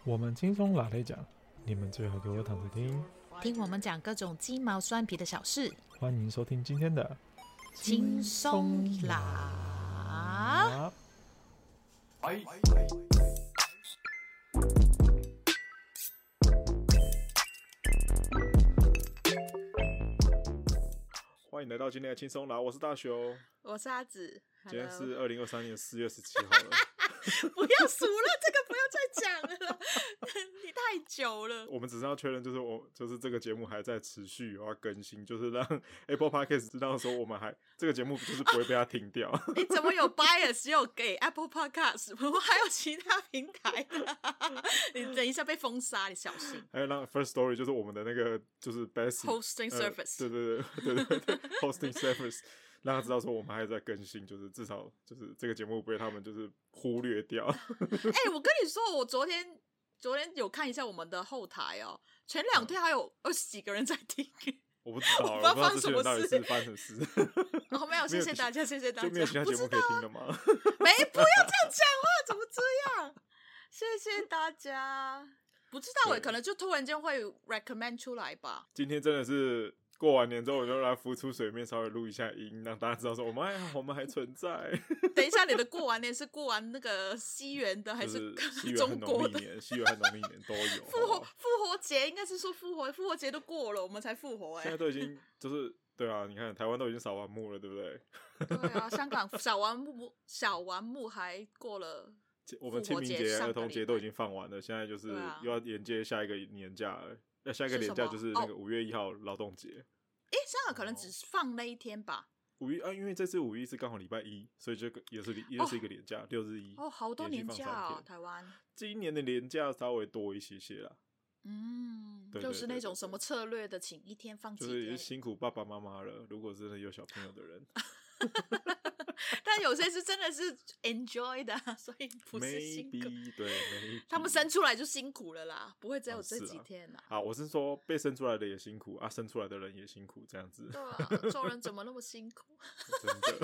我们轻松拉来讲，你们最好给我躺着听， 听我们讲各种鸡毛蒜皮的小事， 欢迎收听今天的轻松啦。 欢迎来到今天的轻松啦，我是大雄， 我是阿紫。 今天是2023年4月17号了。 不要数了，这个不要再讲了，你太久了。 我们只是要确认，就是这个节目还在持续有要更新，就是让 Apple Podcast 知道说我们还这个节目就是不会被它停掉。 你怎么有 bias 只有给 Apple Podcast， 我们还有其他平台的？你等一下被封杀，你小心。 还有让 First Story 就是我们的那个就是 basic hosting service， 对 hosting service。让他知道说我们还在更新，就是至少就是这个节目不被他们就是忽略掉。 我跟你说，我昨天有看一下我们的后台哦，前2天还有20几个人在听。 我不知道， 我不知道发生什么事， 到底是发生什么事。 没有，谢谢大家，谢谢大家。 就没有其他节目可以听了吗？ 不要这样讲话，怎么这样？谢谢大家。不知道可能就突然间会 recommend 出来吧。 今天真的是过完年之后，我就来浮出水面，稍微录一下音，让大家知道说我们还存在。等一下，你的过完年是过完那个西元的，还是中国的？ 西元和农历年都有。 复活节应该是说复活节都过了，我们才复活。 现在都已经就是对啊，你看台湾都已经扫完墓了，对不对？ 对啊，香港小完墓还过了。 我们清明节、儿童节都已经放完了，现在就是又要连接下一个年假了。下一个连假就是那个5月1号劳动节。 香港可能只放那一天吧。 因为这次5月1是刚好礼拜一，所以就也是一个连假，6日1。 好多年假哦，台湾。 今年的连假稍微多一些啦。 对，就是那种什么策略的，请一天放几天， 就是也辛苦爸爸妈妈了。如果真的有小朋友的人。 但有些是真的是 enjoy 的，所以不是辛苦。 对， 他们生出来就辛苦了啦，不会只有这几天啦。 我是说被生出来的也辛苦啊，生出来的人也辛苦，这样子。 对啊，做人怎么那么辛苦？ 真的。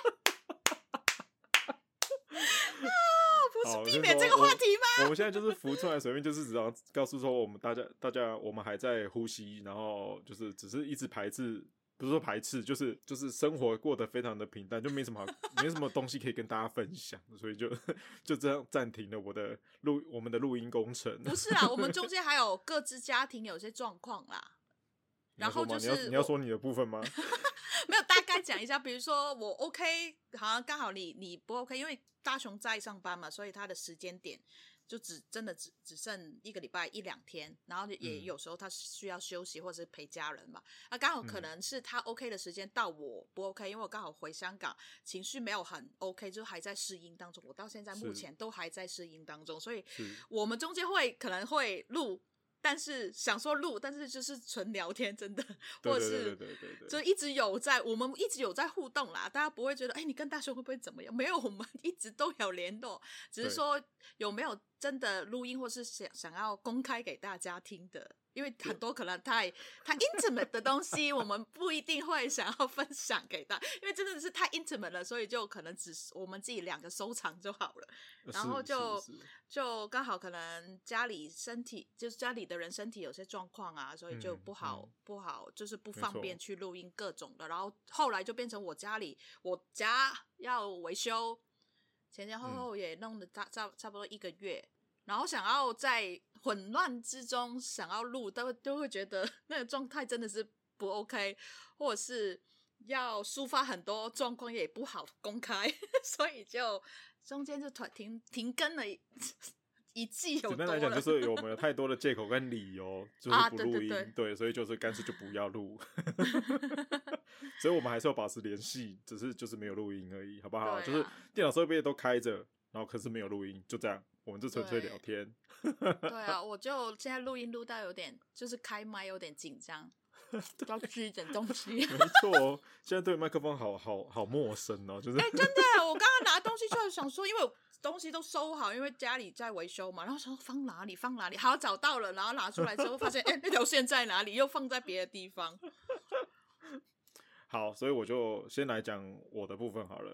不是避免这个话题吗？ 我们现在就是浮出来水面，就是只要告诉说我们大家我们还在呼吸，然后就是只是一直排斥。不是说排斥，就是生活过得非常的平淡，就没什么东西可以跟大家分享，所以就这样暂停了我们的录音工程。 不是啦，我们中间还有各自家庭有些状况啦。然后就是你要说你的部分吗？ 没有，大概讲一下，比如说我 OK， 好像刚好你不 OK， 因为大雄在上班嘛，所以他的时间点就真的只剩1个礼拜1-2天，然后也有时候他需要休息或者是陪家人嘛。刚好可能是他 OK 的时间到我不 OK，因为我刚好回香港，情绪没有很 OK， 就还在适应当中。我到现在目前都还在适应当中，所以我们中间可能会录。但是想说录，但是就是纯聊天，真的，或者是就我们一直有在互动啦，大家不会觉得你跟大雄会不会怎么样？没有，我们一直都有联络，只是说有没有真的录音或是想要公开给大家听的。因为很多可能太 intimate 的东西，我们不一定会想要分享给大家，因为真的是太 intimate 了，所以就可能只我们自己2个收藏就好了。然后就刚好可能家里的人身体有些状况啊，所以就不好，就是不方便去录音各种的。然后后来就变成我家要维修，前后也弄得差不多1个月。然后想要在混乱之中想要录，都会觉得那个状态真的是不 OK， 或者是要抒发很多状况也不好公开，所以就中间就停更了一季有多了。 简单来讲，就是我们有太多的借口跟理由，就是不录音，对，所以就是干脆就不要录。所以我们还是要保持联系，只是就是没有录音而已，好不好？就是电脑设备都开着，然后可是没有录音，就这样。我们就纯粹聊天。 对啊，我就现在录音录到有点，就是开麦有点紧张，要吃一点东西。 没错，现在对麦克风好陌生哦，就是。 真的，我刚刚拿东西就想说，因为我东西都收好，因为家里在维修嘛，然后想说放哪里，好找到了，然后拿出来之后发现，那条线在哪里？又放在别的地方。 好，所以我就先来讲我的部分好了。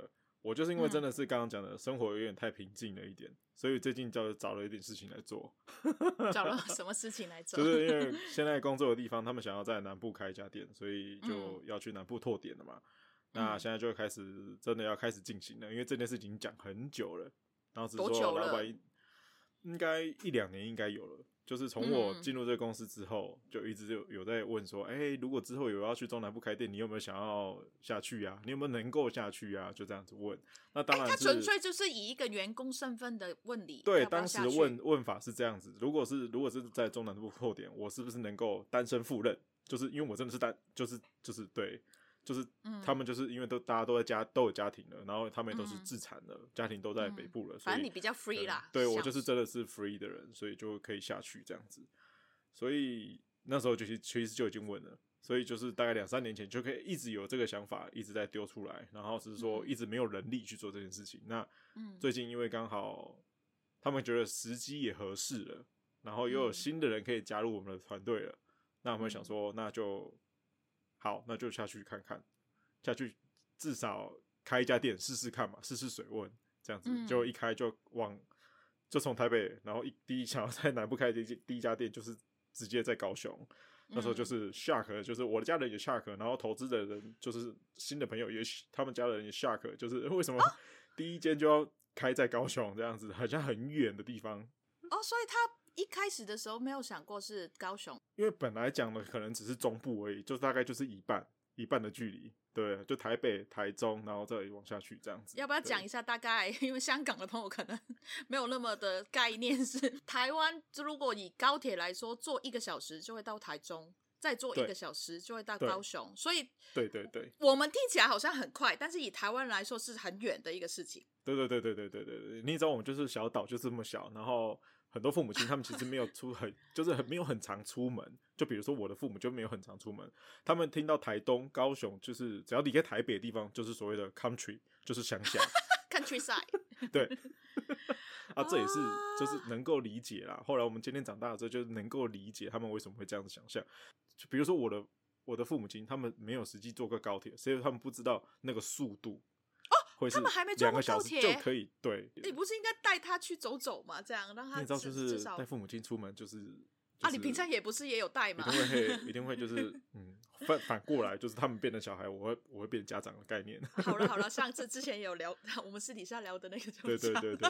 我就是因为真的是刚刚讲的生活有点太平静了一点，所以最近就找了一点事情来做。 找了什么事情来做？ 就是因为现在工作的地方，他们想要在南部开一家店，所以就要去南部拓点了嘛。那现在就开始真的要开始进行了，因为这件事情讲很久了，然后只是说老板应该1-2年应该有了。就是从我进入这个公司之后，就一直有在问说，如果之后有要去中南部开店，你有没有想要下去啊？你有没有能够下去啊？就这样子问。那当然是， 他纯粹就是以一个员工身份的问你， 对， 要不要当时下去问法是这样子。如果是在中南部拓点，我是不是能够单身赴任？就是因为我真的是就是对。就是他们就是因为大家都有家庭了，然后他们也都是自产了，家庭都在北部了，所以反正你比较 free 啦。 对，我就是真的是 free 的人，所以就可以下去这样子。所以那时候其实就已经问了，所以就是大概2-3年前就可以一直有这个想法，一直在丢出来，然后只是说一直没有人力去做这件事情。那最近因为刚好他们觉得时机也合适了，然后又有新的人可以加入我们的团队了，那我们想说那就好，那就下去看看，下去至少开一家店试试看嘛，试试水温，这样子就一开就从台北，然后第一想要在南部开的第一家店就是直接在高雄。那时候就是 shock， 就是我的家人也 shock， 然后投资的人就是新的朋友也他们家人也 shock， 就是为什么第一间就要开在高雄这样子，好像很远的地方。 所以他一开始的时候没有想过是高雄， 因为本来讲的可能只是中部而已，就大概就是一半的距离，对，就台北、台中，然后再往下去这样子。 要不要讲一下大概？因为香港的朋友可能没有那么的概念是，台湾如果以高铁来说，坐1个小时就会到台中，再坐1个小时就会到高雄，所以对， 我们听起来好像很快，但是以台湾来说是很远的一个事情。 对，你知道我们就是小岛就这么小，然后很多父母亲他们其实没有没有很常出门，就比如说我的父母就没有很常出门，他们听到台东、高雄，就是只要离开台北的地方，就是所谓的 country， 就是乡下 countryside 对这也是就是能够理解啦。后来我们今天长大的时候，就是能够理解他们为什么会这样子想象。就比如说我的父母亲，他们没有实际坐过高铁，所以他们不知道那个速度。 他们还没坐过高铁就可以。对， 你不是应该带他去走走吗？这样让他你知道，就是带父母亲出门，就是你平常也不是也有带吗？ 一定会就是反过来，就是他们变成小孩，我会变家长的概念。 好了，上次之前有聊，我们私底下聊的那个就对。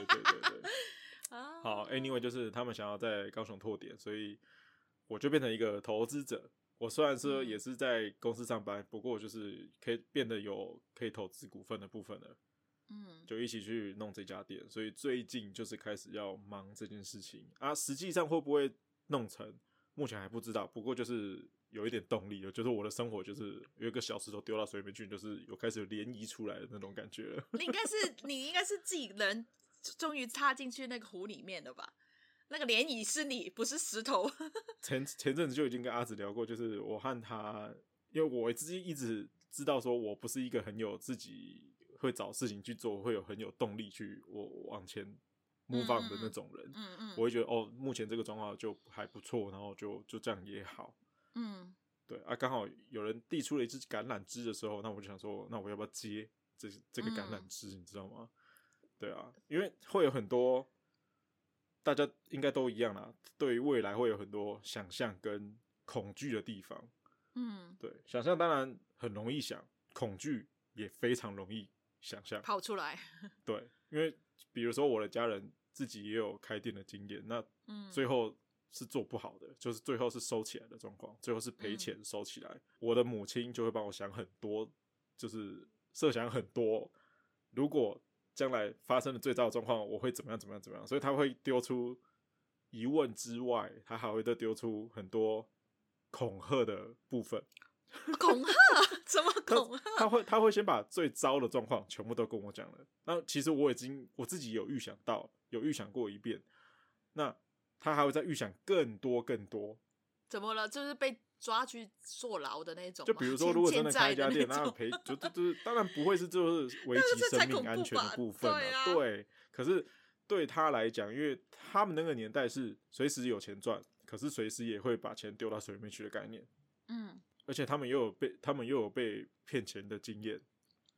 好 ，anyway， 就是他们想要在高雄拓点，所以我就变成一个投资者。我虽然说也是在公司上班，不过我就是可以变得有可以投资股份的部分了。就一起去弄这家店，所以最近就是开始要忙这件事情啊。实际上会不会弄成，目前还不知道。不过就是有一点动力了，就是我的生活就是有一个小石头丢到水里面去，就是有开始有涟漪出来的那种感觉了。 你应该是自己人，终于插进去那个湖里面了吧？那个涟漪是你，不是石头。 前阵子就已经跟阿紫聊过，就是我和他，因为我自己一直知道说我不是一个很有自己会找事情去做，会有很有动力去我往前 move on 的那种人。我会觉得目前这个状况就还不错，然后就这样也好。对啊，刚好有人递出了一支橄榄枝的时候，那我就想说，那我要不要接这个橄榄枝？你知道吗？对啊，因为会有很多。大家应该都一样啦，对于未来会有很多想象跟恐惧的地方。对，想象当然很容易想，恐惧也非常容易想象跑出来。 对，因为比如说我的家人自己也有开店的经验，那最后是做不好的，就是最后是收起来的状况，最后是赔钱收起来。我的母亲就会帮我想很多，就是设想很多，如果将来发生的最糟的状况，我会怎么样，所以他会丢出疑问之外，他还会再丢出很多恐吓的部分。 恐吓？怎么恐吓？ 他会先把最糟的状况全部都跟我讲了。那其实我自己有预想过一遍。那他还会再预想更多。 怎么了？就是被抓去坐牢的那种吗？ 就比如说，如果真的开一家店，那赔就是当然不会是就是危及生命安全的部分对，可是对他来讲，因为他们那个年代是随时有钱赚，可是随时也会把钱丢到水里面去的概念。而且他们又有被骗钱的经验。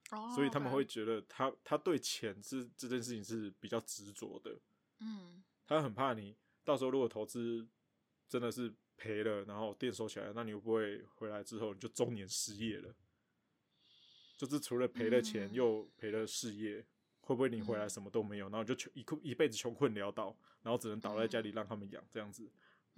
所以他们 OK 会觉得他对钱这件事情是比较执着的。他很怕你到时候如果投资真的是赔了，然后店收起来，那你会不会回来之后你就中年失业了？就是除了赔了钱，又赔了事业，会不会你回来什么都没有，然后就一辈子穷困潦倒，然后只能倒在家里让他们养这样子？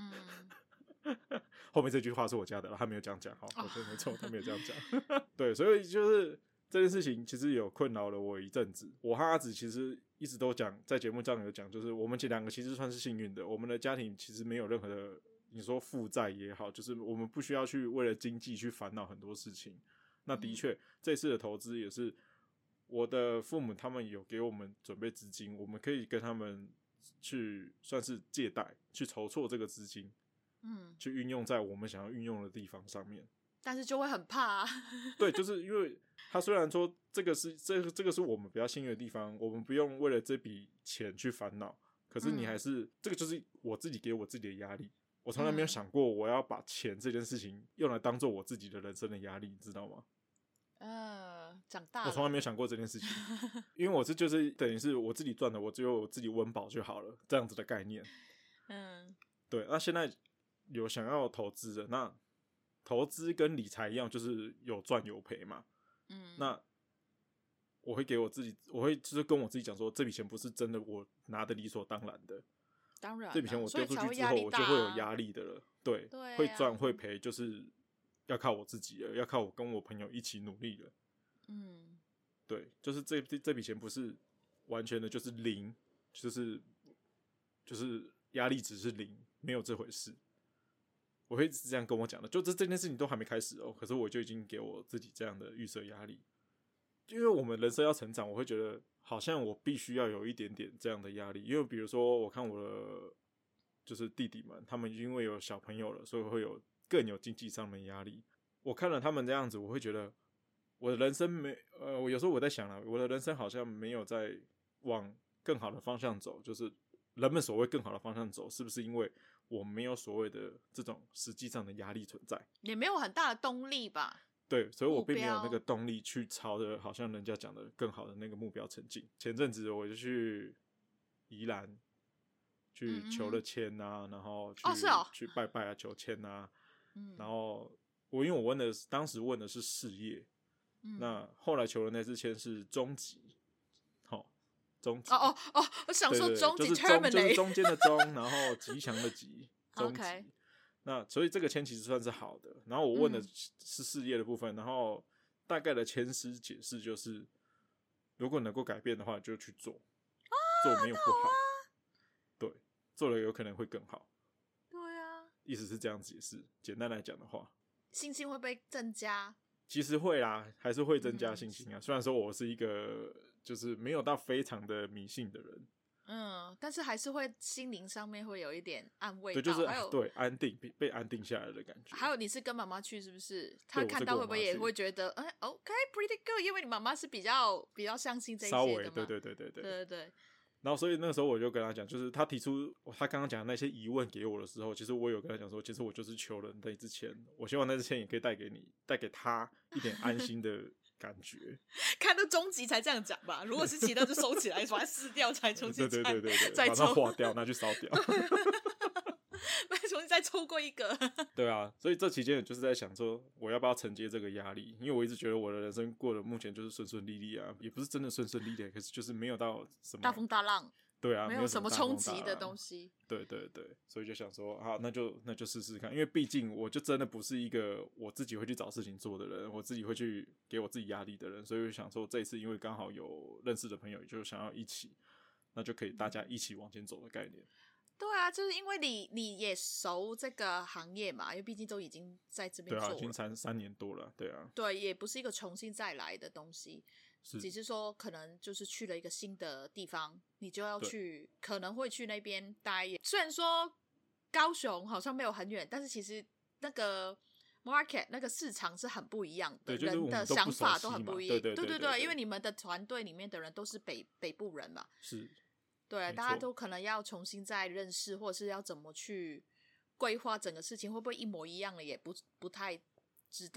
后面这句话是我加的，他没有这样讲，好，我觉得没错，他没有这样讲。对，所以就是这件事情其实有困扰了我一阵子。我和阿紫其实一直都讲，在节目上有讲，就是我们两个其实算是幸运的，我们的家庭其实没有任何的，你说负债也好，就是我们不需要去为了经济去烦恼很多事情。那的确，这次的投资也是我的父母他们有给我们准备资金，我们可以跟他们去算是借贷，去筹措这个资金，去运用在我们想要运用的地方上面。 但是就会很怕啊。 对，就是因为他虽然说这个是我们比较幸运的地方，我们不用为了这笔钱去烦恼，可是你还是、这个就是我自己给我自己的压力。我从来没有想过我要把钱这件事情用来当做我自己的人生的压力，你知道吗？ 长大了， 我从来没有想过这件事情，因为我就是等于是我自己赚的，我只有我自己温饱就好了，这样子的概念。对。那现在有想要投资的，那投资跟理财一样，就是有赚有赔嘛。那我会给我自己，我会就是跟我自己讲说，这笔钱不是真的我拿的理所当然的。 当然， 这笔钱我丢出去之后，我就会有压力的了。对，会赚会赔，就是要靠我自己了，要靠我跟我朋友一起努力了。对，就是这笔钱不是完全的就是零，就是压力值是零，没有这回事。我会一直这样跟我讲的，就这件事情都还没开始哦，可是我就已经给我自己这样的预设压力。因为我们人生要成长，我会觉得好像我必须要有一点点这样的压力。因为比如说，我看我的就是弟弟们，他们因为有小朋友了，所以会有更有经济上面的压力。我看了他们这样子，我会觉得我的人生我有时候我在想了，我的人生好像没有在往更好的方向走，就是人们所谓更好的方向走，是不是因为我没有所谓的这种实际上的压力存在， 也没有很大的动力吧？ 对，所以我并没有那个动力去朝着好像人家讲的更好的那个目标前进。前阵子我就去宜兰去求了签啊，然后去拜拜啊，求签啊，然后因为我当时问的是事业，那后来求的那支签是中级，中级我想说中级 terminate 就是中间的中，然后吉祥的吉，中级。 Okay. 那所以这个签其实算是好的。然后我问的是事业的部分，然后大概的签诗解释就是，如果能够改变的话，就去做，做没有不好，对，做了有可能会更好。 对啊， 意思是这样解释。简单来讲的话， 信心会被增加。 其实会啦，还是会增加信心啊。虽然说我是一个就是没有到非常的迷信的人， 但是还是会心灵上面会有一点安慰到， 对，就是对安定被安定下来的感觉。 还有你是跟妈妈去是不是？她看到会不会也会觉得OK pretty good？ 因为你妈妈是比较相信这些的嘛， 稍微对。然后所以那个时候我就跟他讲，就是他提出他刚刚讲的那些疑问给我的时候，其实我有跟他讲说，其实我就是求了那支签，我希望那支签也可以带给他一点安心的感觉。 看到终极才这样讲吧，如果是其他就收起来，把它撕掉才重新对， 再把它化掉，拿去烧掉。 重新再抽过一个。 对啊，所以这期间就是在想说，我要不要承接这个压力？因为我一直觉得我的人生过得目前就是顺顺利利啊，也不是真的顺顺利利，可是就是没有到什么大风大浪。 对啊， 没有什么冲击的东西。对， 所以就想说，好，那就试试看。因为毕竟我就真的不是一个我自己会去找事情做的人，我自己会去给我自己压力的人，所以我想说这一次因为刚好有认识的朋友，就想要一起，那就可以大家一起往前走的概念。 对啊，就是因为你也熟这个行业嘛，因为毕竟都已经在这边做了， 对啊，已经3年多了，对啊， 对，也不是一个重新再来的东西，只是说可能就是去了一个新的地方，你就要去，可能会去那边待。虽然说高雄好像没有很远，但是其实那个 market 那个市场是很不一样的， 对，就是人的想法都很不一样。 对， 因为你们的团队里面的人都是北部人嘛， 是。 对，大家都可能要重新再认识，或者是要怎么去规划整个事情，会不会一模一样的也不太知道。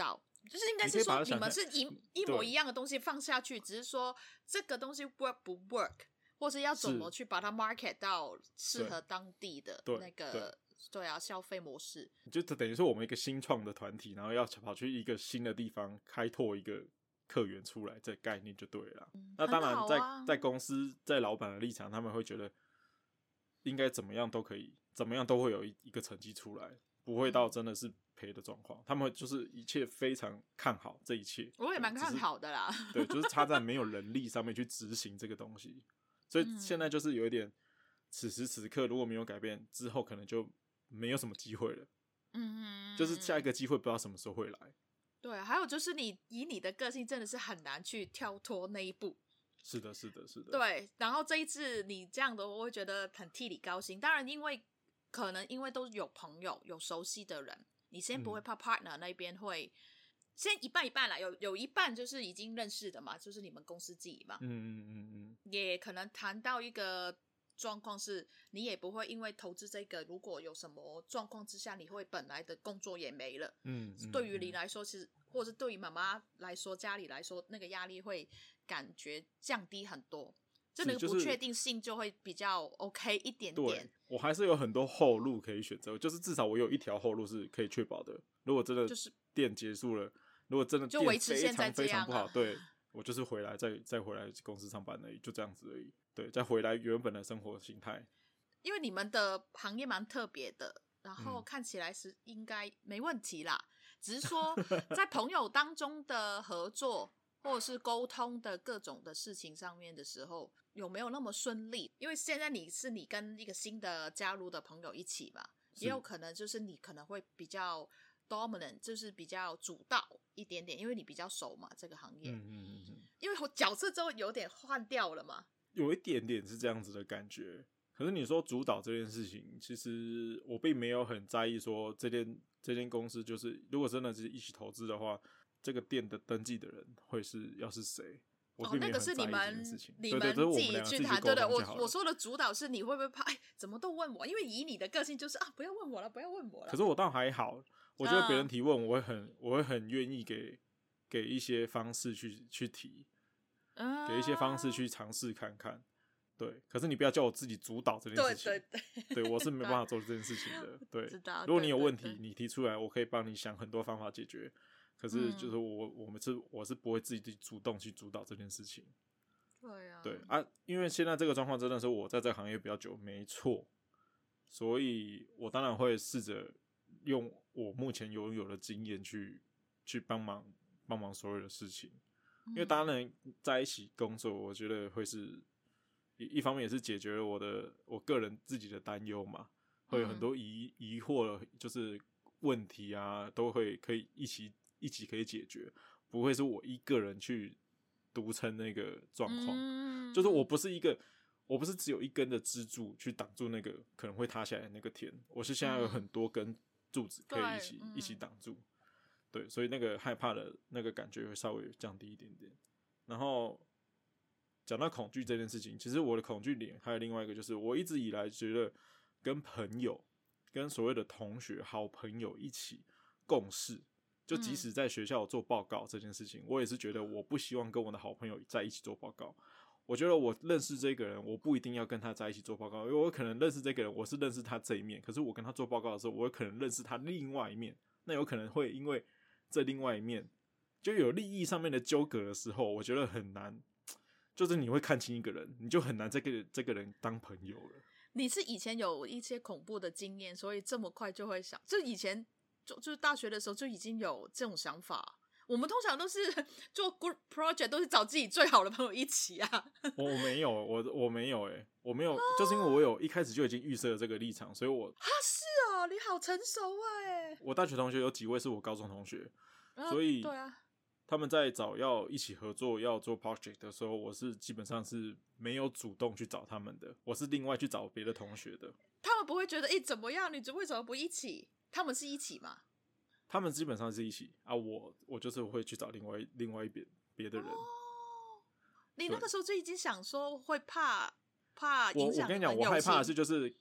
就是应该是说你们是一模一样的东西放下去，只是说这个东西 work 不 work， 或是要怎么去把它 market 到适合当地的那个对啊消费模式。 就等于说我们一个新创的团体，然后要跑去一个新的地方开拓一个客源出来，这概念就对了。那当然在公司在老板的立场，他们会觉得应该怎么样都可以，怎么样都会有一个成绩出来，不会到真的是赔的状况。他们就是一切非常看好这一切， 我也蛮看好的啦。 对，就是差在没有人力上面去执行这个东西。所以现在就是有一点，此时此刻如果没有改变，之后可能就没有什么机会了。就是下一个机会不知道什么时候会来。 对，还有就是以你的个性真的是很难去跳脱那一步。 是的。 对，然后这一次你这样的，我会觉得很替你高兴。当然，可能因为都有朋友、有熟悉的人，你先不会怕 partner 那边会先一半一半啦，有一半就是已经认识的嘛，就是你们公司自己嘛。也可能谈到一个状况是，你也不会因为投资这个，如果有什么状况之下，你会本来的工作也没了。对于你来说，其实或者是对于妈妈来说，家里来说，那个压力会感觉降低很多，就那个不确定性就会比较 OK 一点点。 对，我还是有很多后路可以选择，就是至少我有一条后路是可以确保的。如果真的店结束了，如果真的店非常非常不好，对，我就是回来再回来公司上班而已，就这样子而已。对，再回来原本的生活形态。 因为你们的行业蛮特别的，然后看起来是应该没问题啦。只是说在朋友当中的合作或者是沟通的各种的事情上面的时候，有没有那么顺利？因为现在你跟一个新的加入的朋友一起嘛，也有可能就是你可能会比较 dominant， 就是比较主导一点点，因为你比较熟嘛这个行业。因为我角色就有点换掉了嘛。 有一点点是这样子的感觉。可是你说主导这件事情，其实我并没有很在意说这间公司就是如果真的是一起投资的话，这个店的登记的人要是谁，我并没有很在意这件事情。 你们自己去谈。对，我说的主导是你会不会怕？怎么都问我？因为以你的个性就是不要问我了，不要问我了。 可是我倒还好，我觉得别人提问，我会很愿意给一些方式去提。给一些方式去尝试看看，对。可是你不要叫我自己主导这件事情，对，我是没办法做这件事情的。对，如果你有问题，你提出来，我可以帮你想很多方法解决。可是就是我是不会自己主动去主导这件事情。对啊，因为现在这个状况真的是我在这个行业比较久，没错，所以我当然会试着用我目前拥有的经验去帮忙所有的事情。因为当然在一起工作，我觉得会是一方面也是解决了我个人自己的担忧嘛，会有很多疑惑，就是问题啊，都可以一起可以解决，不会是我一个人去独撑那个状况。就是我不是只有一根的支柱去挡住那个可能会塌下来的那个天，我是现在有很多根柱子可以一起挡住。对，所以那个害怕的那个感觉会稍微降低一点点。然后讲到恐惧这件事情，其实我的恐惧点还有另外一个，就是我一直以来觉得跟朋友、跟所谓的同学、好朋友一起共事，就即使在学校做报告这件事情，我也是觉得我不希望跟我的好朋友在一起做报告。我觉得我认识这个人，我不一定要跟他在一起做报告，因为我可能认识这个人，我是认识他这一面，可是我跟他做报告的时候，我有可能认识他另外一面，那有可能会因为这另外一面就有利益上面的纠葛的时候，我觉得很难，就是你会看清一个人，你就很难这个人当朋友了。 你是以前有一些恐怖的经验，所以这么快就会想，就以前就是大学的时候就已经有这种想法。我们通常都是做 group project 都是找自己最好的朋友一起啊。 我没有，我没有我没有，就是因为我有一开始就已经预设了这个立场，所以是哦，你好成熟我大学同学有几位是我高中同学，所以对啊， 他们在找要一起合作要做 project 的时候，我是基本上是没有主动去找他们的，我是另外去找别的同学的。 他们不会觉得怎么样，你为什么不一起？他们是一起吗？ 他们基本上是一起啊，我就是会去找另外一边别的人。 你那个时候就已经想说会怕影响。 我跟你讲，我害怕的是就是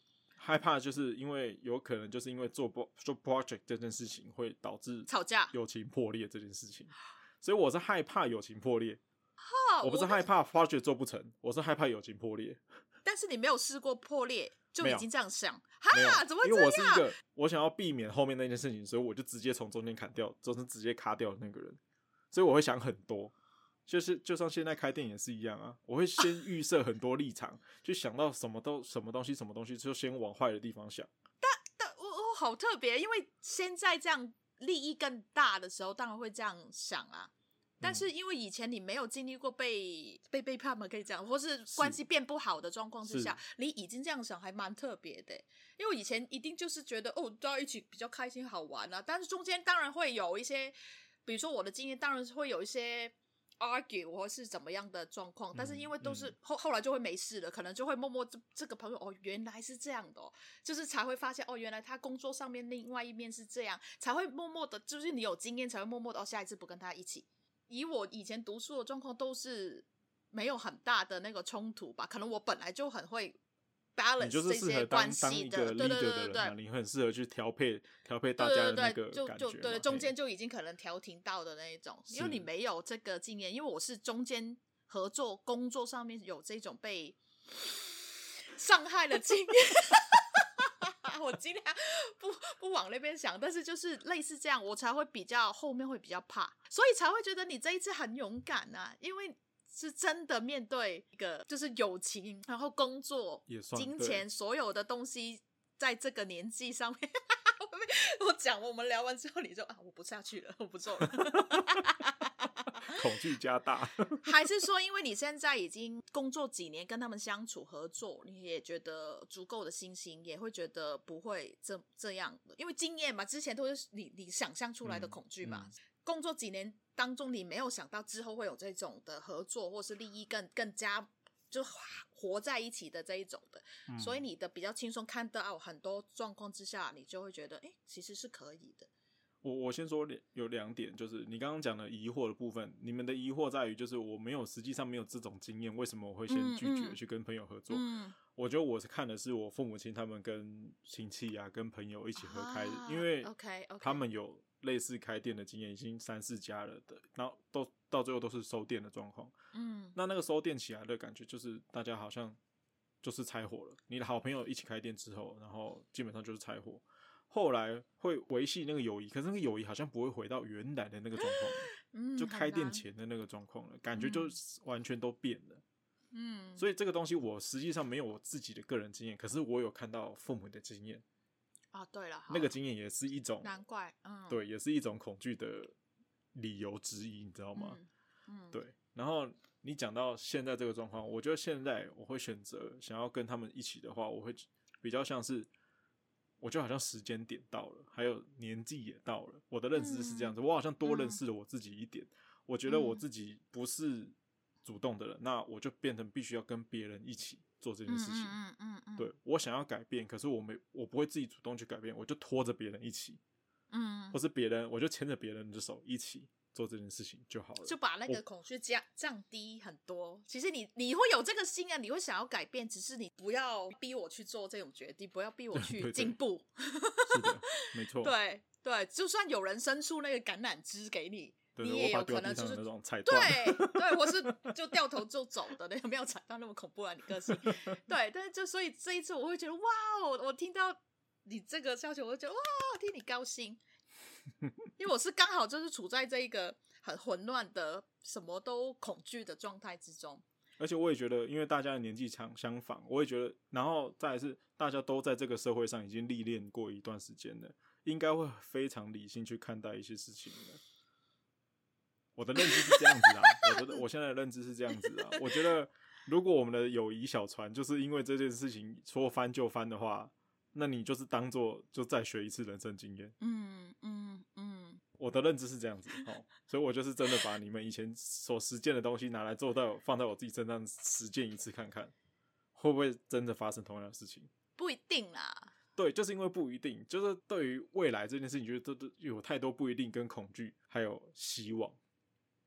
害怕就是因为有可能就是因为做 project 这件事情会导致吵架友情破裂这件事情，所以我是害怕友情破裂。 哦， 我不是害怕 project 做不成，我是害怕友情破裂。 但是你没有试过破裂就已经这样想， 没有， 哈，怎么会因为这样？ 我是一个我想要避免后面那件事情，所以我就直接从中间砍掉，就是直接卡掉的那个人，所以我会想很多。就像现在开店也是一样啊，我会先预设很多立场，就想到什么东西，就先往坏的地方想。 但我好特别，因为现在这样利益更大的时候，当然会这样想啊。但是因为以前你没有经历过被背叛嘛，可以讲，或是关系变不好的状况之下，你已经这样想，还蛮特别的。因为我以前一定就是觉得大家一起比较开心好玩啊，但是中间当然会有一些，比如说我的经验，当然是会有一些 argue 或是怎么样的状况，但是因为都是后来就会没事了，可能就会默默这个朋友原来是这样的就是才会发现原来他工作上面另外一面是这样，才会默默的，就是你有经验才会默默的下一次不跟他一起。以我以前读书的状况都是没有很大的那个冲突吧，可能我本来就很会 balance 这些关系的，对对对对对， 你很适合去调配大家的那个感觉， 对，中间就已经可能调停到的那一种，因为你没有这个经验，因为我是中间合作工作上面有这种被伤害的经验。我尽量不往那边想，但是就是类似这样，我才会比较后面会比较怕，所以才会觉得你这一次很勇敢啊，因为是真的面对一个就是友情，然后工作、金钱所有的东西，在这个年纪上面。我们聊完之后，你就我不下去了，我不做了。 恐惧加大。 还是说因为你现在已经工作几年，跟他们相处合作，你也觉得足够的信心，也会觉得不会这样的，因为经验嘛，之前都是你想象出来的恐惧嘛。工作几年当中，你没有想到之后会有这种的合作，或是利益更加就活在一起的这一种的，所以你的比较轻松，看到很多状况之下，你就会觉得其实是可以的。 我先说有2点，就是你刚刚讲的疑惑的部分，你们的疑惑在于就是我实际上没有这种经验，为什么我会先拒绝去跟朋友合作？我觉得我是看的是我父母亲他们跟亲戚啊跟朋友一起合开的，因为他们有类似开店的经验，已经3-4家了的，然后到最后都是收店的状况。那个收店起来的感觉就是大家好像就是拆伙了，你的好朋友一起开店之后，然后基本上就是拆伙。后来会维系那个友谊，可是那个友谊好像不会回到原来的那个状况，就开店前的那个状况了，感觉就完全都变了。所以这个东西我实际上没有我自己的个人经验，可是我有看到父母的经验。 对了， 那个经验也是一种， 难怪， 对，也是一种恐惧的理由之一，你知道吗？对。然后你讲到现在这个状况，我觉得现在我会选择想要跟他们一起的话，我会比较像是。我觉得好像时间点到了，还有年纪也到了。我的认知是这样子，我好像多认识了我自己一点。我觉得我自己不是主动的人，那我就变成必须要跟别人一起做这件事情。对，我想要改变，可是我不会自己主动去改变，我就拖着别人一起，或是我就牵着别人的手一起做这件事情就好了， 就把那个恐惧降低很多。其实你会有这个心啊，你会想要改变，只是你不要逼我去做这种决定，不要逼我去进步。 是的，没错。 对，就算有人伸出那个橄榄枝给你， 对你也有可能就是那种踩断， 对，或是就掉头就走的，没有踩到那么恐怖啊，你个性。对，但是就所以这一次我会觉得哇，我听到你这个消息，我会觉得哇，替你高兴。因为我是刚好就是处在这一个很混乱的什么都恐惧的状态之中， 而且我也觉得因为大家的年纪相仿，我也觉得然后再来是大家都在这个社会上已经历练过一段时间了，应该会非常理性去看待一些事情的。我的认知是这样子啊，我现在的认知是这样子啊。我觉得如果我们的友谊小船就是因为这件事情说翻就翻的话，那你就是当做就再学一次人生经验。我的认知是这样子，所以我就是真的把你们以前所实践的东西拿来放在我自己身上实践一次看看，会不会真的发生同样的事情？ 不一定啦。 对，就是因为不一定，就是对于未来这件事情，觉得都有太多不一定跟恐惧，还有希望。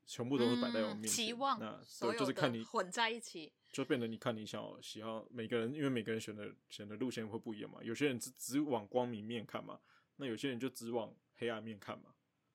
全部都会摆在我们面前， 期望那所有就是看你的混在一起， 就变得你看你喜好每个人，因为每个人选的路线会不一样嘛，有些人只往光明面看嘛，那有些人就只往黑暗面看嘛。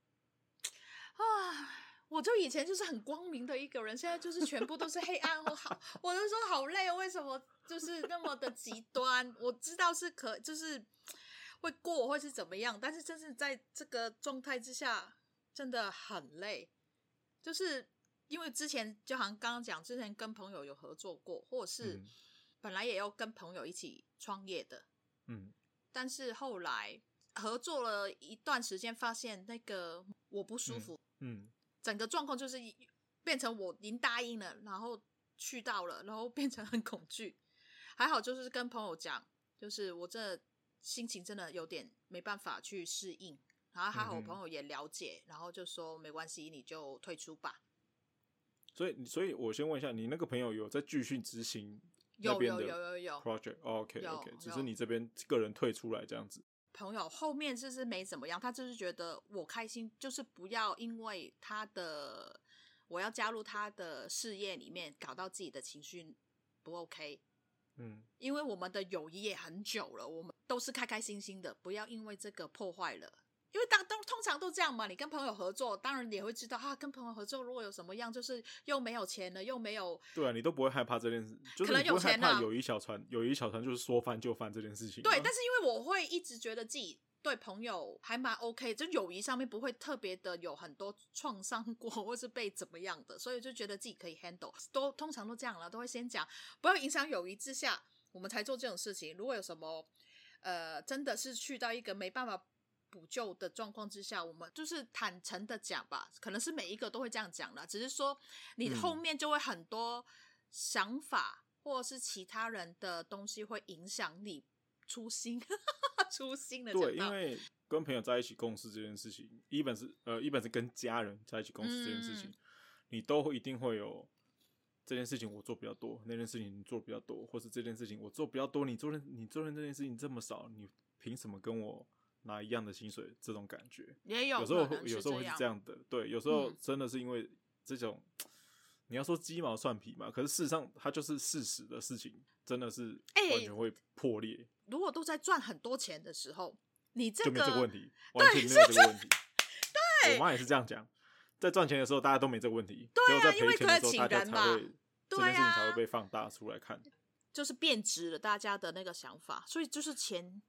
我就以前就是很光明的一个人，现在就是全部都是黑暗。我就说好累，为什么就是那么的极端？我知道是就是会过会是怎么样，但是真是在这个状态之下，真的很累。就是因为之前就好像刚刚讲，之前跟朋友有合作过，或者是本来也要跟朋友一起创业的，但是后来合作了一段时间，发现那个我不舒服，整个状况就是变成我已经答应了，然后去到了，然后变成很恐惧。还好就是跟朋友讲，就是我这心情真的有点没办法去适应，然后还好我朋友也了解，然后就说没关系，你就退出吧。 所以我先问一下，你那个朋友有在继续执行那边的 project？OK， 只是你这边个人退出来这样子。 朋友后面就是没怎么样，他就是觉得我开心，就是不要因为我要加入他的事业里面，搞到自己的情绪不 OK。因为我们的友谊也很久了，我们都是开开心心的，不要因为这个破坏了。因为通常都这样嘛，你跟朋友合作，当然你也会知道跟朋友合作如果有什么样，就是又没有钱了，又没有， 对啊，你都不会害怕这件事，就是你不会害怕友谊小船就是说翻就翻这件事情。 对，但是因为我会一直觉得自己对朋友还蛮 OK， 就友谊上面不会特别的有很多创伤过，或是被怎么样的，所以就觉得自己可以 handle， 通常都这样了，都会先讲不要影响友谊之下，我们才做这种事情。如果有什么真的是去到一个没办法补救的状况之下，我们就是坦诚的讲吧，可能是每一个都会这样讲啦，只是说你后面就会很多想法或者是其他人的东西会影响你初心的对，因为跟朋友在一起共事这件事情，一本是跟家人在一起共事这件事情，你都一定会有这件事情我做比较多，那件事情你做比较多，或是这件事情我做比较多，你做这件事情这么少，你凭什么跟我拿一样的薪水？这种感觉也有时候会是这样的，对，有时候真的是因为这种。你要说鸡毛蒜皮嘛，可是事实上它就是事实的事情，真的是完全会破裂。 如果都在赚很多钱的时候，你就没有这个问题，完全没有这个问题。 对， 我妈也是这样讲，在赚钱的时候大家都没这个问题， 对只有在赔钱的时候大家才会这件事情才会被放大出来看， 就是变质了大家的那个想法，所以就是钱。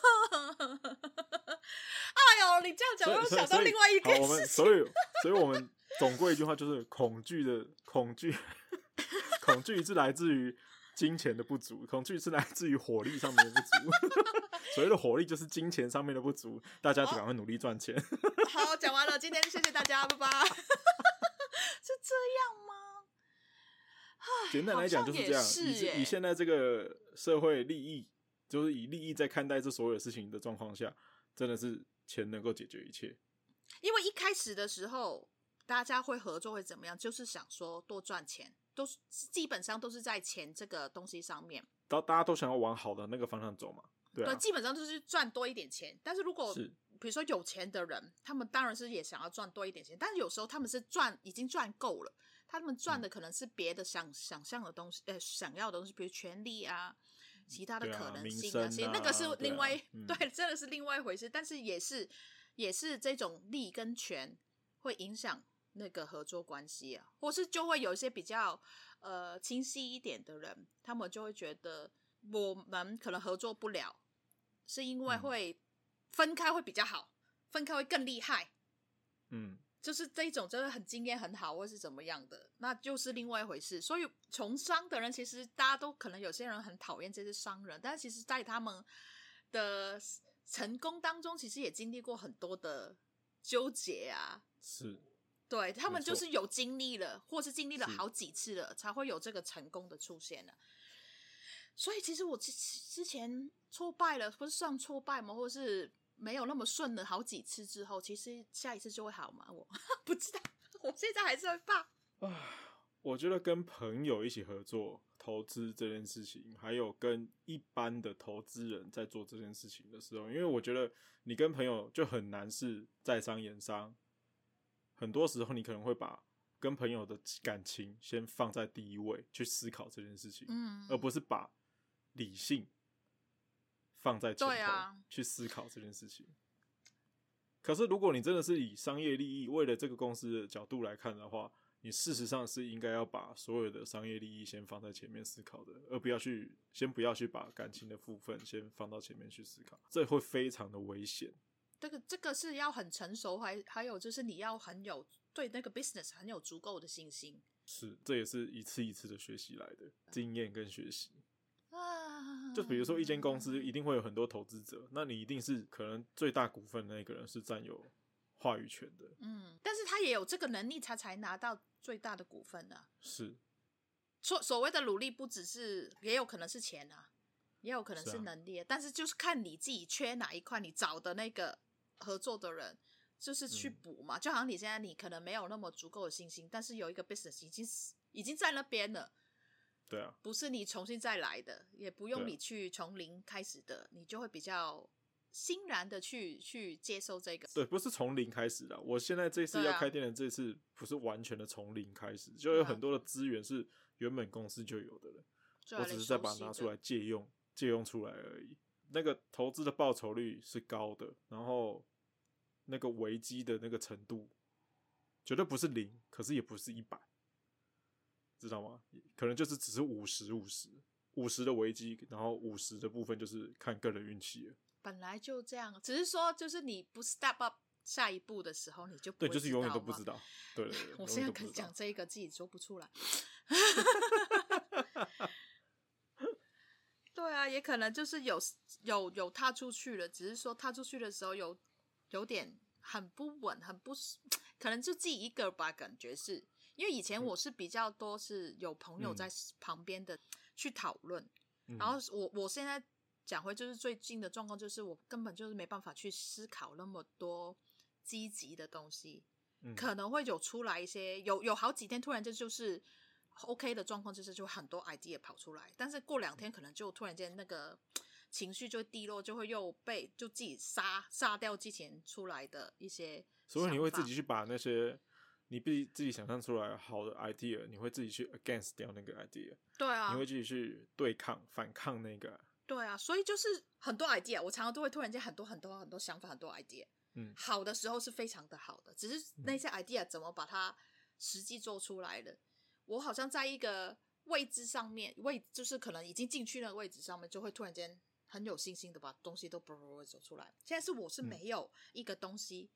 哎呦，你这样讲，我又想到另外一个事情。 所以我们总归一句话就是恐惧是来自于金钱的不足，恐惧是来自于火力上面的不足。所谓的火力就是金钱上面的不足，大家就赶快努力赚钱。 好，讲完了，今天谢谢大家，拜拜。是这样吗？ 简单来讲就是这样。以现在这个社会利益，就是以利益在看待这所有事情的状况下，真的是钱能够解决一切。 因为一开始的时候，大家会合作会怎么样？就是想说多赚钱，基本上都是在钱这个东西上面。 大家都想要往好的那个方向走嘛，对啊。 对，基本上就是赚多一点钱。但是如果比如说有钱的人，他们当然是也想要赚多一点钱，但是有时候他们是已经赚够了，他们赚的可能是别的想象的东西，想要的东西，比如权利啊。其他的可能性啊， 其实那个是另外对，真的是另外一回事。但是也是这种利跟权会影响那个合作关系啊，或是就会有一些比较清晰一点的人，他们就会觉得我们可能合作不了，是因为会分开会比较好，分开会更厉害。就是这一种真的很经验很好，或是怎么样的，那就是另外一回事。所以从商的人，其实大家都可能有些人很讨厌这些商人，但是其实在他们的成功当中，其实也经历过很多的纠结啊。 是， 对，他们就是有经历了，或是经历了好几次了，才会有这个成功的出现了。所以其实我之前挫败了，不是算挫败吗？或是没有那么顺了好几次之后，其实下一次就会好吗？我不知道，我现在还是会怕。 我觉得跟朋友一起合作投资这件事情，还有跟一般的投资人在做这件事情的时候，因为我觉得你跟朋友就很难是在商言商，很多时候你可能会把跟朋友的感情先放在第一位去思考这件事情，而不是把理性放在前头去思考这件事情。可是如果你真的是以商业利益为了这个公司的角度来看的话，你事实上是应该要把所有的商业利益先放在前面思考的，而不要去把感情的部分先放到前面去思考，这会非常的危险。 这个是要很成熟，还有就是你要对那个 business 很有足够的信心。 是，这也是一次一次的学习来的经验跟学习。就比如说一间公司一定会有很多投资者，那你一定是可能最大股份的那个人是占有话语权的。 但是他也有这个能力，他才拿到最大的股份啊。 是， 所谓的努力不只是，也有可能是钱啊，也有可能是能力，但是就是看你自己缺哪一块，你找的那个合作的人就是去补嘛。就好像你现在你可能没有那么足够的信心，但是有一个 business 已经在那边了。 对啊， 不是你重新再来的，也不用你去从零开始的，你就会比较欣然的去接受这个。 对，不是从零开始的。我现在这次要开店的这次不是完全的从零开始，就有很多的资源是原本公司就有的了，我只是再把它拿出来借用出来而已。那个投资的报酬率是高的，然后那个危机的那个程度绝对不是0，可是也不是100。知道吗？可能就是只是50的危机，然后50的部分就是看个人运气了。 本来就这样，只是说就是你不 step up 下一步的时候，你就不会对，就是永远都不知道。对， 我现在可以讲这一个自己说不出来。对啊，也可能就是有踏出去了，只是说踏出去的时候有点很不稳，可能就自己一个吧，感觉是。因为以前我是比较多是有朋友在旁边的去讨论，然后我现在讲回就是最近的状况，就是我根本就是没办法去思考那么多积极的东西，可能会有出来一些有好几天突然间就是 OK 的状况，就很多 idea 跑出来，但是过2天可能就突然间那个情绪就低落，就会又被就自己杀掉之前出来的一些， 所以你会自己去把那些你自己想象出来好的 idea， 你会自己去 against 掉那个 idea。 对啊， 你会自己去反抗那个。 对啊，所以就是很多 idea， 我常常都会突然间很多想法，很多 idea。好的时候是非常的好的，只是那些 idea 怎么把它实际做出来的，我好像在一个位置上面，就是可能已经进去那个位置上面，就会突然间很有信心的把东西都走出来。现在我是没有一个东西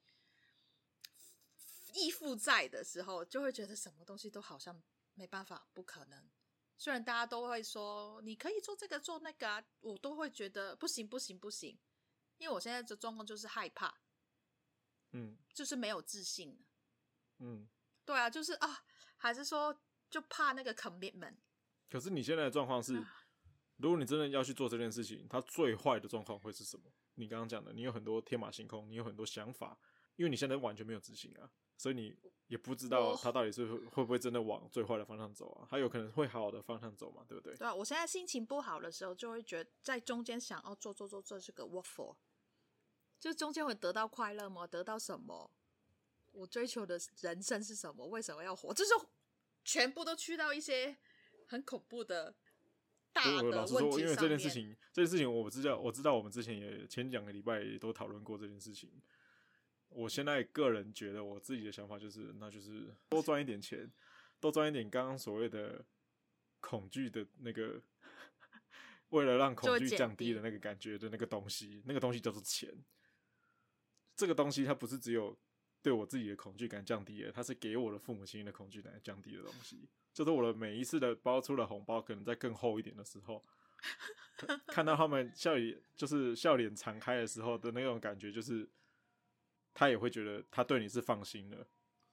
依附在的时候，就会觉得什么东西都好像没办法，不可能。虽然大家都会说你可以做这个做那个啊，我都会觉得不行，因为我现在的状况就是害怕，就是没有自信了。对啊，就是还是说就怕那个 commitment。 可是你现在的状况是，如果你真的要去做这件事情，它最坏的状况会是什么？你刚刚讲的，你有很多天马行空，你有很多想法，因为你现在完全没有自信啊。所以你也不知道他到底是会不会真的往最坏的方向走啊？他有可能会好的方向走嘛，对不对？ 对啊，我现在心情不好的时候，就会觉得在中间想做这是个 work for， 就中间会得到快乐吗？得到什么？我追求的人生是什么？为什么要活？就是全部都去到一些很恐怖的大的问题上面。 老实说，因为这件事情我知道我们之前也前2个礼拜也都讨论过这件事情。我现在个人觉得我自己的想法就是，那就是多赚一点钱，多赚一点刚刚所谓的恐惧的那个，为了让恐惧降低的那个感觉的那个东西，那个东西叫做钱。这个东西它不是只有对我自己的恐惧感降低了，它是给我的父母亲的恐惧感降低的东西。就是我的每一次的包出了红包，可能再更厚一点的时候，看到他们笑脸常开的时候的那种感觉，就是他也会觉得他对你是放心的。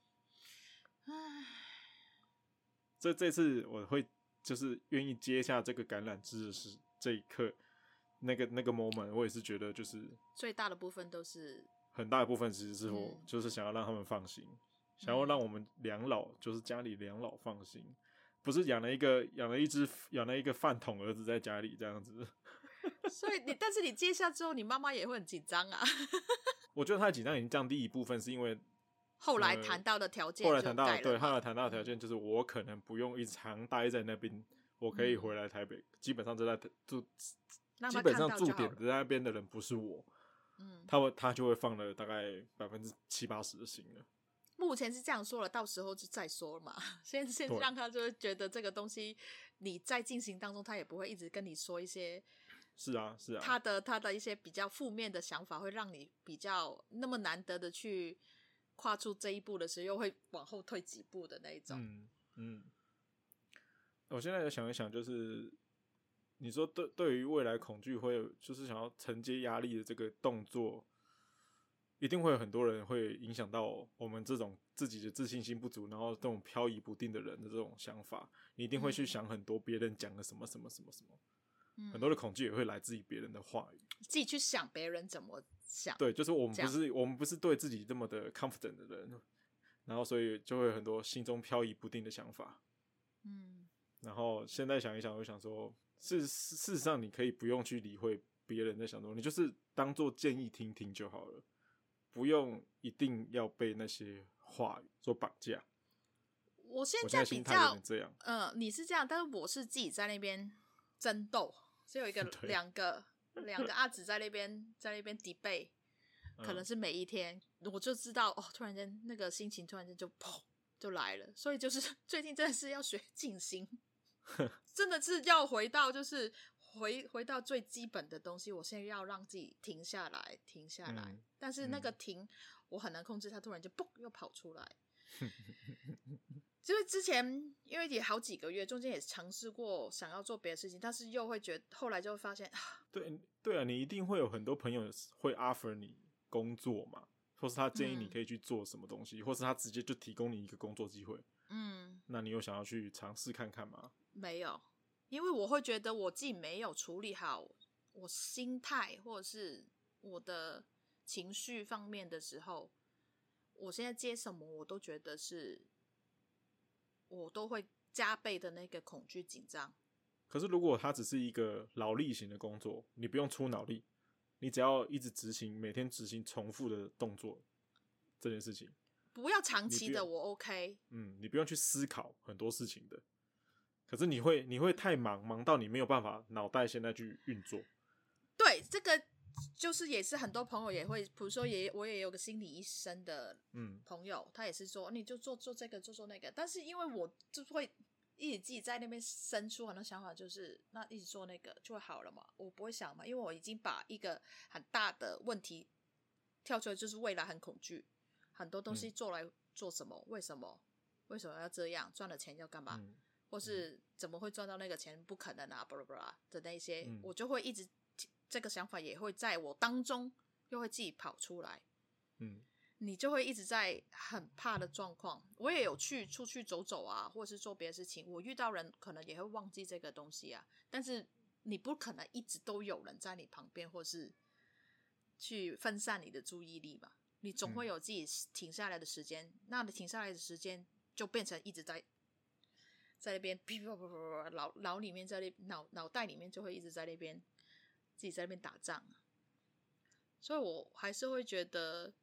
这次我会就是愿意接下这个橄榄枝的是这一刻，那个 moment， 我也是觉得就是最大的部分都是很大的部分，其实是我就是想要让他们放心，想要让我们两老就是家里两老放心，不是养了一个饭桶儿子在家里这样子。 所以但是你接下之后，你妈妈也会很紧张啊。 我觉得他的紧张已经降低一部分，是因为后来谈到的条件后来谈到就改了对，后来谈到的条件就是我可能不用一常待在那边，我可以回来台北，基本上就在住，基本上驻点在那边的人不是我，他就会放了大概70%-80%的心了。 目前是这样说了，到时候就再说了嘛。先让他就会觉得这个东西你在进行当中，他也不会一直跟你说一些。 是啊， 他的一些比较负面的想法，会让你比较那么难得的去跨出这一步的时候，又会往后退几步的那一种。 我现在想一想，就是你说对于未来恐惧会就是想要承接压力的这个动作，一定会有很多人会影响到我们这种自己的自信心不足，然后这种飘移不定的人的这种想法，你一定会去想很多别人讲的什么什么什么什么。很多的恐惧也会来自于别人的话语， 自己去想别人怎么想。 对，就是我们不是对自己这么的 confident 的人，然后所以就会有很多心中飘移不定的想法。然后现在想一想，我就想说，事实上你可以不用去理会别人在想什么，你就是当做建议听听就好了，不用一定要被那些话语所绑架。 我现在比较有点这样， 你是这样，但是我是自己在那边争斗，是有两个阿紫在那边debate，可能是每一天，我就知道哦，突然间那个心情突然间就砰就来了，所以就是最近真的是要学静心，真的是要回到就是回到最基本的东西，我现在要让自己停下来，但是那个停我很难控制，它突然就砰又跑出来。就是之前因为也好几个月，中间也尝试过想要做别的事情，但是又会觉得后来就会发现对啊，你一定会有很多朋友会 offer 你工作嘛，或是他建议你可以去做什么东西，或是他直接就提供你一个工作机会。那你有想要去尝试看看吗？ 没有，因为我会觉得我自己没有处理好我心态或者是我的情绪方面的时候，我现在接什么我都觉得是我都会加倍的那个恐惧紧张。 可是如果它只是一个劳力型的工作，你不用出脑力，你只要一直执行，每天执行重复的动作这件事情， 不要长期的我 OK。 你不用去思考很多事情的。可是你会太忙到你没有办法脑袋现在去运作。 对，这个就是也是很多朋友也会，比如说我也有个心理医生的朋友，他也是说你就做这个做那个，但是因为我就会一直自己在那边生出很多想法，就是那一直做那个就会好了嘛，我不会想嘛，因为我已经把一个很大的问题跳出来，就是未来很恐惧，很多东西做来做什么，为什么要这样，赚了钱要干嘛，或是怎么会赚到那个钱，不可能啊巴拉巴拉的那些，我就会一直这个想法也会在我当中又会自己跑出来。你就会一直在很怕的状况。我也有出去走走啊，或者是做别的事情，我遇到人可能也会忘记这个东西啊，但是你不可能一直都有人在你旁边，或是去分散你的注意力吧，你总会有自己停下来的时间，那你停下来的时间就变成一直在那边脑里面脑袋里面就会一直在那边自己在那边打仗，所以我还是会觉得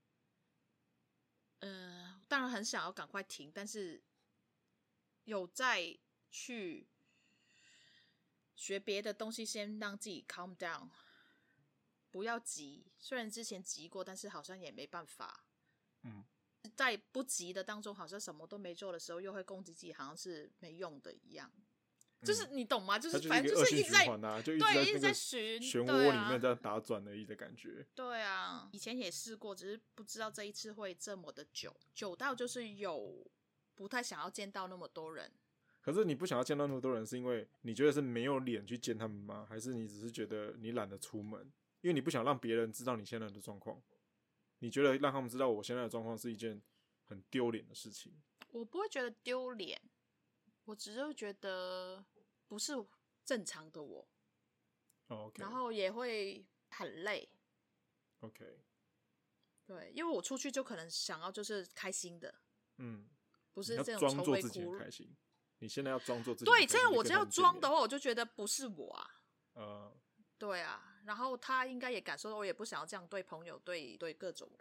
当然很想要赶快停，但是有在去学别的东西，先让自己 calm down， 不要急，虽然之前急过，但是好像也没办法。在不急的当中，好像什么都没做的时候，又会攻击自己，好像是没用的一样。就是你懂吗？就是反正就是一直在就一直在漩涡里面在打转而已的感觉。 对啊，以前也试过，只是不知道这一次会这么的久到就是不太想要见到那么多人。 可是你不想要见到那么多人，是因为你觉得是没有脸去见他们吗？还是你只是觉得你懒得出门，因为你不想让别人知道你现在的状况？你觉得让他们知道我现在的状况是一件很丢脸的事情？ 我不会觉得丢脸，我只是觉得不是正常的我。 Okay. 然后也会很累。 OK。 对，因为我出去就可能想要就是开心的，不是这种装作自己很开心。你现在要装作自己很开心。 对，这样我只要装的话，我就觉得不是我啊。对啊，然后他应该也感受到，我也不想要这样对朋友，对各种人啊。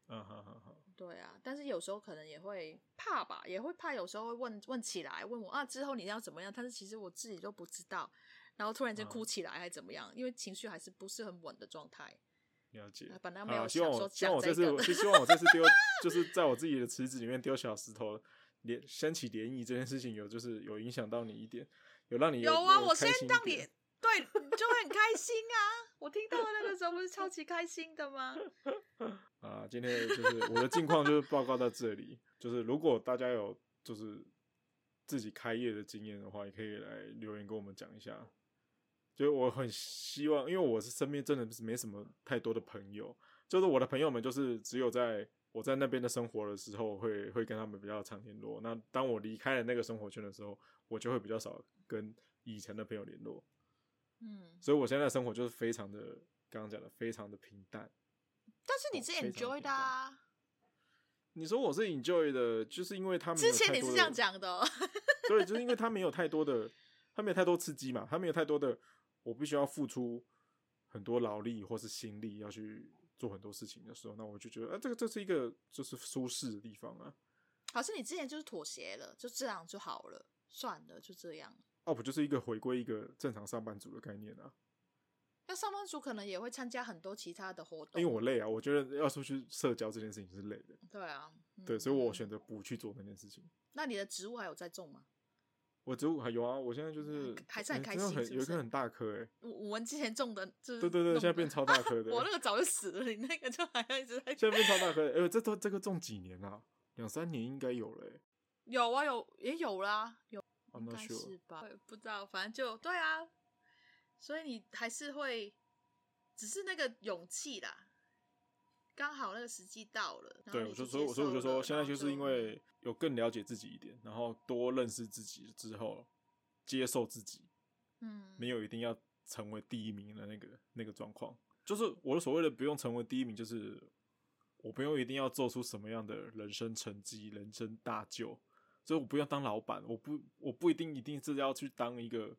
对啊，但是有时候可能也会怕吧，也会怕，有时候会问起来，问我啊之后你要怎么样，但是其实我自己都不知道，然后突然间哭起来还怎么样，因为情绪还是不是很稳的状态。 了解。 本来没有希望想说希望我讲这个， 希望我这次丢，就是在我自己的池子里面丢小石头，掀起涟漪这件事情就是有影响到你一点，有让你有啊，我先开心一让你点对，你就会很开心啊。我听到的那个时候不是超级开心的吗？ 今天就是我的近况就是报告到这里。就是如果大家有就是自己开业的经验的话，也可以来留言跟我们讲一下。就我很希望，因为我是身边真的是没什么太多的朋友，就是我的朋友们就是只有在我在那边的生活的时候会跟他们比较常联络。那当我离开了那个生活圈的时候，我就会比较少跟以前的朋友联络。所以我现在的生活就是非常的，刚刚讲的非常的平淡。 但是你是 enjoy 的啊。 你说我是 enjoy 的，就是因为他们之前你是这样讲的哦。 对，就是因为他没有太多的，他没有太多刺激嘛，他没有太多的，我必须要付出很多劳力或是心力要去做很多事情的时候，那我就觉得这是一个就是舒适的地方啊。 好像你之前就是妥协了，就这样就好了，算了，就这样。 不就是一个回归一个正常上班族的概念啊。 那上班族可能也会参加很多其他的活动， 因为我累啊，我觉得要出去社交这件事情是累的。 对啊， 对，所以我选择不去做那件事情。 那你的植物还有在种吗？ 我植物还有啊，我现在就是还是很开心是不是， 有一颗很大颗我们之前种的，就是对，现在变超大颗的。 我那个早就死了，你那个就还要一直在。 现在变超大颗的，这个种几年啊？2-3年应该有了有啊，也有啦，有， 应该是吧？不知道，反正就对啊。所以你还是会，只是那个勇气啦，刚好那个时机到了。 对，所以我就说，现在就是因为有更了解自己一点，然后多认识自己之后，接受自己，没有一定要成为第一名的那个状况。就是我所谓的不用成为第一名，就是我不用一定要做出什么样的人生成绩、人生大就，所以我不要当老板，我不一定是要去当一个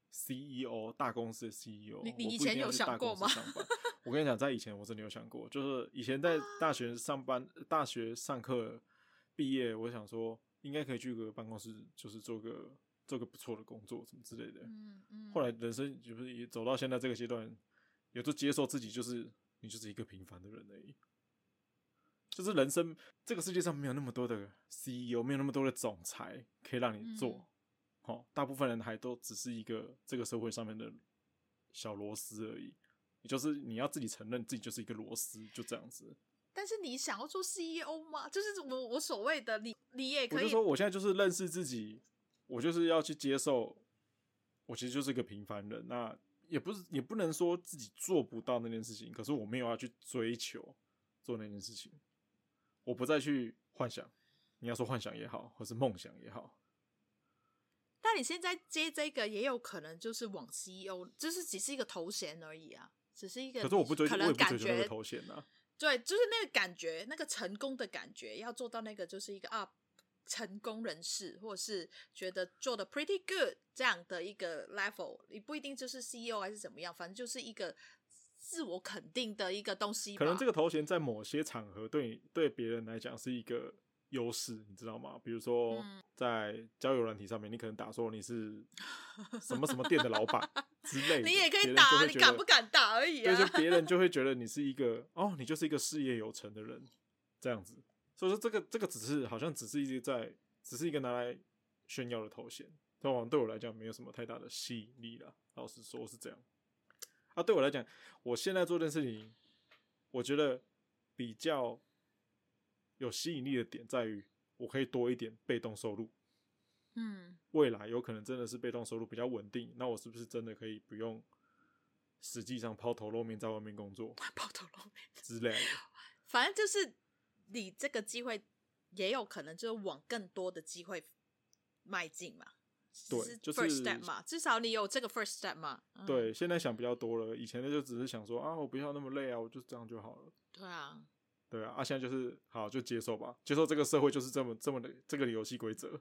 CEO 大公司的 CEO。 你以前有想过吗？ 我跟你讲，在以前我真的有想过，就是以前在大学上班、大学上课毕业，我想说应该可以去个办公室，就是做个不错的工作什么之类的。后来人生就是也走到现在这个阶段，也就接受自己你就是一个平凡的人而已。就是人生这个世界上没有那么多的 CEO， 没有那么多的总裁可以让你做。大部分人还都只是一个这个社会上面的小螺丝而已。也就是你要自己承认自己就是一个螺丝，就这样子。 但是你想要做 CEO 吗？就是我所谓的你也可以。 我就说我现在就是认识自己，我就是要去接受，我其实就是一个平凡人。那也不能说自己做不到那件事情，可是我没有要去追求做那件事情，我不再去幻想。你要说幻想也好，或是梦想也好。 但你现在接这个也有可能就是往 CEO， 就是只是一个头衔而已啊。只是一个， 可是我也不追求那个头衔啊。 对，就是那个感觉，那个成功的感觉，要做到那个就是一个成功人士，或者是觉得做的 pretty good 这样的一个 level， 你不一定就是 CEO 还是怎么样，反正就是一个自我肯定的一个东西吧。 可能这个头衔在某些场合对别人来讲是一个优势，你知道吗？比如说在交友软体上面，你可能打说你是什么什么店的老板之类的， 你也可以打，你敢不敢打而已啊。 对，就别人就会觉得你是一个你就是一个事业有成的人，这样子。所以说这个好像只是一个拿来炫耀的头衔，通常对我来讲没有什么太大的吸引力啦。老实说是这样。对我来讲，我现在做这件事情，我觉得比较有吸引力的点在于，我可以多一点被动收入。未来有可能真的是被动收入比较稳定，那我是不是真的可以不用实际上抛头露面在外面工作， 抛头露面之类的？ 反正就是你这个机会也有可能就是往更多的机会迈进嘛。 对，就是 first step 嘛，至少你有这个 first step 嘛。 对，现在想比较多了，以前的就只是想说我不要那么累啊，我就这样就好了。对啊，现在就是好就接受吧，接受这个社会就是这么的这个游戏规则。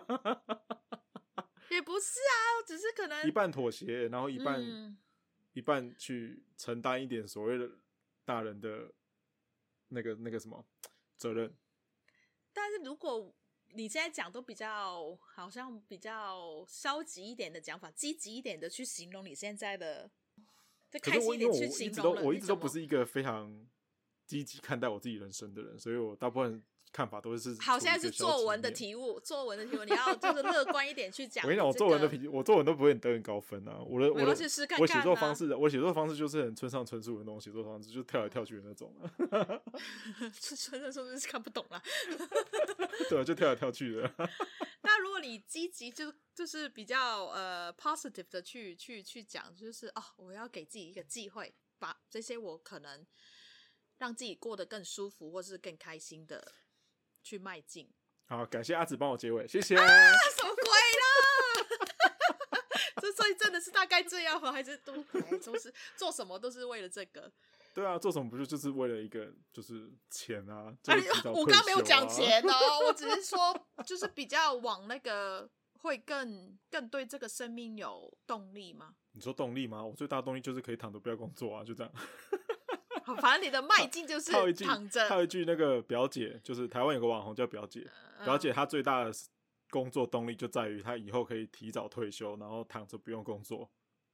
也不是啊，只是可能一半妥协，然后一半去承担一点所谓的大人的那个什么责任。 但是如果你现在讲都比较好像比较消极一点的讲法，积极一点的去形容你现在的，就开心一点去形容了。 我一直都不是一个非常积极看待我自己人生的人，所以我大部分看法都是好，现在是作文的题目，你要就是乐观一点去讲。 我跟你讲，我作文都不会得很高分啊。我写作方式就是很村上春树的那种写作方式，就跳来跳去的那种。 村上春树是看不懂啦。 对啊，就跳来跳去的。 那如果你积极，就是比较positive 的去讲，就是我要给自己一个机会，把这些我可能让自己过得更舒服，或是更开心的去迈进。 好，感谢阿紫帮我结尾，谢谢。 什么鬼啦？所以真的是大概这样吗？还是都是做什么都是为了这个？ 对啊，做什么不就是为了一个就是钱啊？ 我刚刚没有讲钱哦，我只是说就是比较往那个会更对这个生命有动力吗？ 你说动力吗？我最大的动力就是可以躺着不要工作啊，就这样。 反正你的迈进就是躺着。 还有一句那个表姐，就是台湾有个网红叫表姐，表姐她最大的工作动力就在于她以后可以提早退休，然后躺着不用工作。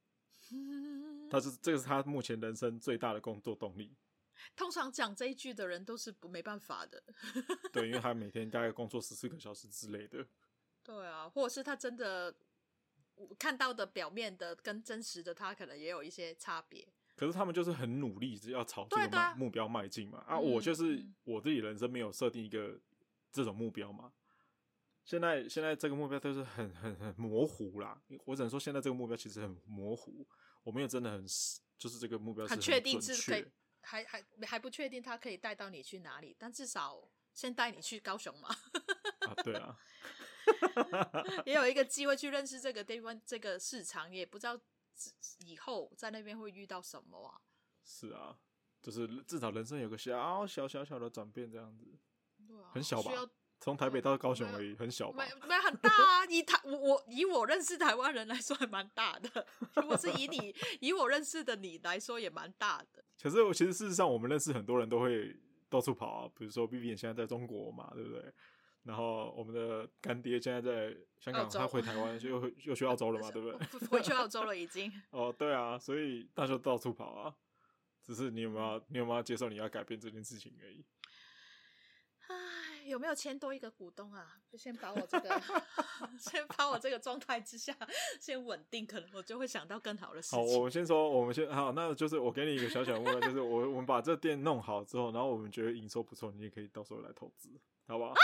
这个是她目前人生最大的工作动力。 通常讲这一句的人都是没办法的。 对，因为她每天大概工作14个小时之类的。 对啊，或者是她真的看到的表面的跟真实的她可能也有一些差别。 可是他们就是很努力，要朝这个目标迈进嘛。我就是我自己人生没有设定一个这种目标嘛。现在这个目标都是很模糊啦。我只能说现在这个目标其实很模糊，我没有真的就是这个目标是很确定是可以，还不确定它可以带到你去哪里，但至少先带你去高雄嘛。 对啊。 也有一个机会去认识这个地方，这个市场，也不知道以后在那边会遇到什么啊？是啊，就是至少人生有个小的转变，这样子。 对啊， 很小吧？从台北到高雄而已，很小吧？ 没很大啊！以我认识台湾人来说还蛮大的，如果是以我认识的你来说也蛮大的。 可是其实事实上，我们认识很多人都会到处跑啊，比如说 Vivian 现在在中国嘛，对不对？然后我们的干爹现在在香港，他回台湾又去澳洲了嘛，对不对？ 回去澳洲了已经。 对啊，所以大家就到处跑啊，只是你有没有接受你要改变这件事情而已。 有没有签多一个股东啊？就先把我这个状态之下先稳定，可能我就会想到更好的事情。 好，我们先好，那就是我给你一个小小的目标，就是我们把这店弄好之后，然后我们觉得营收不错，你也可以到时候来投资，好不好？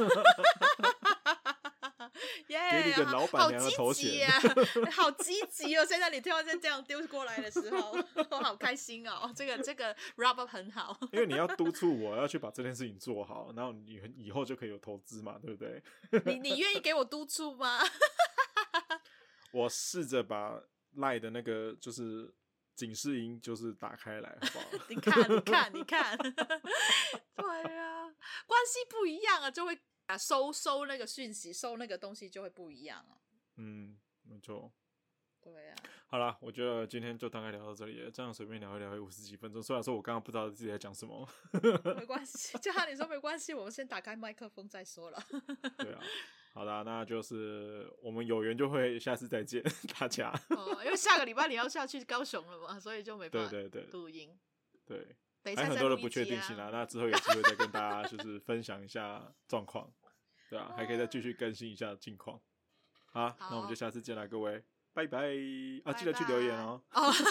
给你个老板娘的头衔， 好积极哦！现在你突然间这样丢过来的时候，我好开心哦！这个 wrap up 很好， 因为你要督促我要去把这件事情做好，然后你以后就可以有投资嘛，对不对？ 你愿意给我督促吗？ 我试着把 LINE 的那个就是警示音就是打开来，好不好？ 你看，对啊，关系不一样啊，就会。收那个讯息，收那个东西就会不一样啊。 没错。 对啊。 好啦，我觉得今天就大概聊到这里了，这样随便聊一聊有50几分钟。虽然说我刚刚不知道自己在讲什么。 没关系，就像你说没关系，我们先打开麦克风再说了。 对啊。好啦，那就是我们有缘就会下次再见大家。 因为下个礼拜你要下去高雄了嘛，所以就没办法录音。 对。 还有很多的不确定性啦，那之后有机会再跟大家就是分享一下状况，对啊，还可以再继续更新一下近况。好，那我们就下次见啦，各位，拜拜啊！记得去留言哦。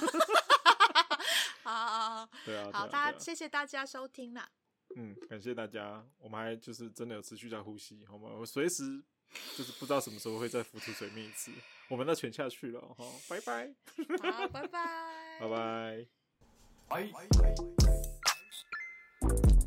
好， 对啊， 好，谢谢大家收听啦。 感谢大家，我们还就是真的有持续在呼吸，好吗？我随时就是不知道什么时候会再浮出水面一次，我们要潜下去了，拜拜。 好，拜拜， 拜拜。